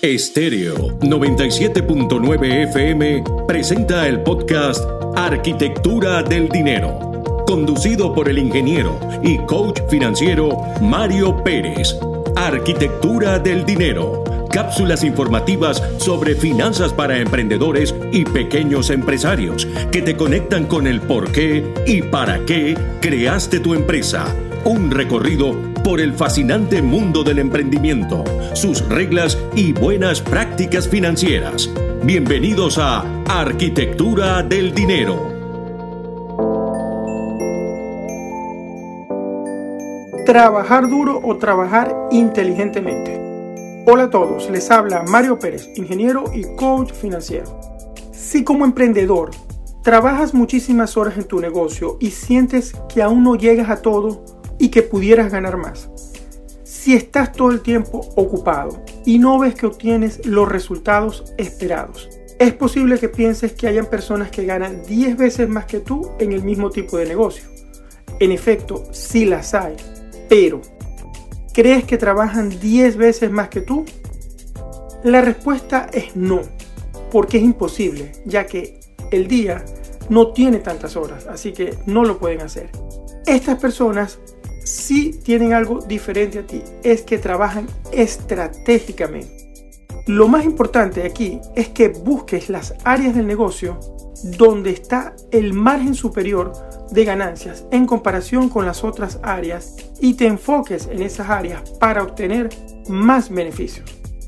Estéreo 97.9 FM presenta el podcast Arquitectura del Dinero, conducido por el ingeniero y coach financiero Mario Pérez. Arquitectura del Dinero, cápsulas informativas sobre finanzas para emprendedores y pequeños empresarios que te conectan con el por qué y para qué creaste tu empresa. Un recorrido por el fascinante mundo del emprendimiento, sus reglas y buenas prácticas financieras. Bienvenidos a Arquitectura del Dinero. Trabajar duro o trabajar inteligentemente. Hola a todos, les habla Mario Pérez, ingeniero y coach financiero. Si como emprendedor trabajas muchísimas horas en tu negocio y sientes que aún no llegas a todo y que pudieras ganar más, si estás todo el tiempo ocupado y no ves que obtienes los resultados esperados, es posible que pienses que hayan personas que ganan 10 veces más que tú en el mismo tipo de negocio. En efecto, sí las hay, pero ¿crees que trabajan 10 veces más que tú? La respuesta es no, porque es imposible, ya que el día no tiene tantas horas, así que no lo pueden hacer. Estas personas sí tienen algo diferente a ti, es que trabajan estratégicamente. Lo más importante aquí es que busques las áreas del negocio donde está el margen superior de ganancias en comparación con las otras áreas y te enfoques en esas áreas para obtener más beneficios.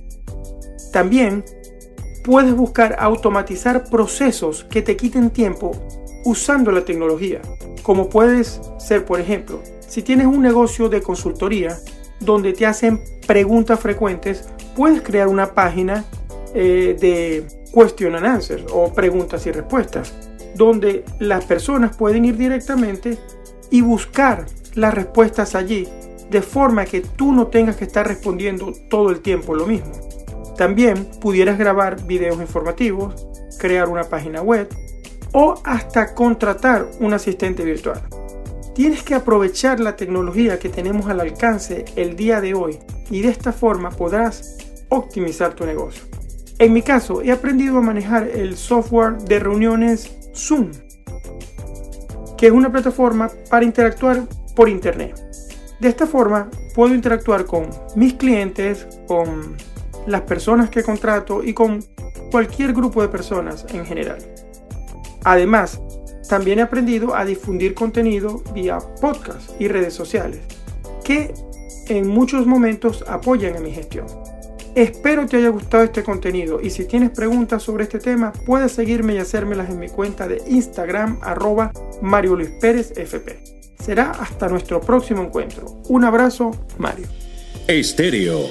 También puedes buscar automatizar procesos que te quiten tiempo usando la tecnología, como puedes ser, por ejemplo, si tienes un negocio de consultoría donde te hacen preguntas frecuentes, puedes crear una página de question and answers o preguntas y respuestas, donde las personas pueden ir directamente y buscar las respuestas allí, de forma que tú no tengas que estar respondiendo todo el tiempo lo mismo. También pudieras grabar videos informativos, crear una página web o hasta contratar un asistente virtual. Tienes que aprovechar la tecnología que tenemos al alcance el día de hoy y de esta forma podrás optimizar tu negocio. En mi caso, he aprendido a manejar el software de reuniones Zoom, que es una plataforma para interactuar por internet. De esta forma, puedo interactuar con mis clientes, con las personas que contrato y con cualquier grupo de personas en general. Además, también he aprendido a difundir contenido vía podcast y redes sociales, que en muchos momentos apoyan a mi gestión. Espero te haya gustado este contenido y si tienes preguntas sobre este tema, puedes seguirme y hacérmelas en mi cuenta de Instagram @MarioLuisPérezFP. Será hasta nuestro próximo encuentro. Un abrazo, Mario. Estéreo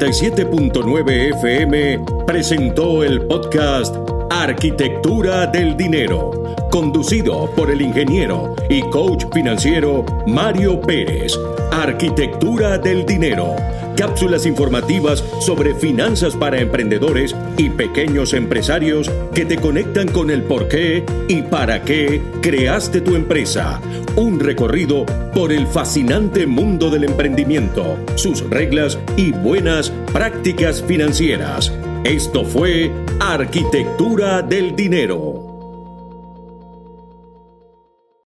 97.9 FM presentó el podcast Arquitectura del Dinero, conducido por el ingeniero y coach financiero Mario Pérez. Arquitectura del Dinero, cápsulas informativas sobre finanzas para emprendedores y pequeños empresarios que te conectan con el por qué y para qué creaste tu empresa. Un recorrido por el fascinante mundo del emprendimiento, sus reglas y buenas prácticas financieras. Esto fue Arquitectura del Dinero.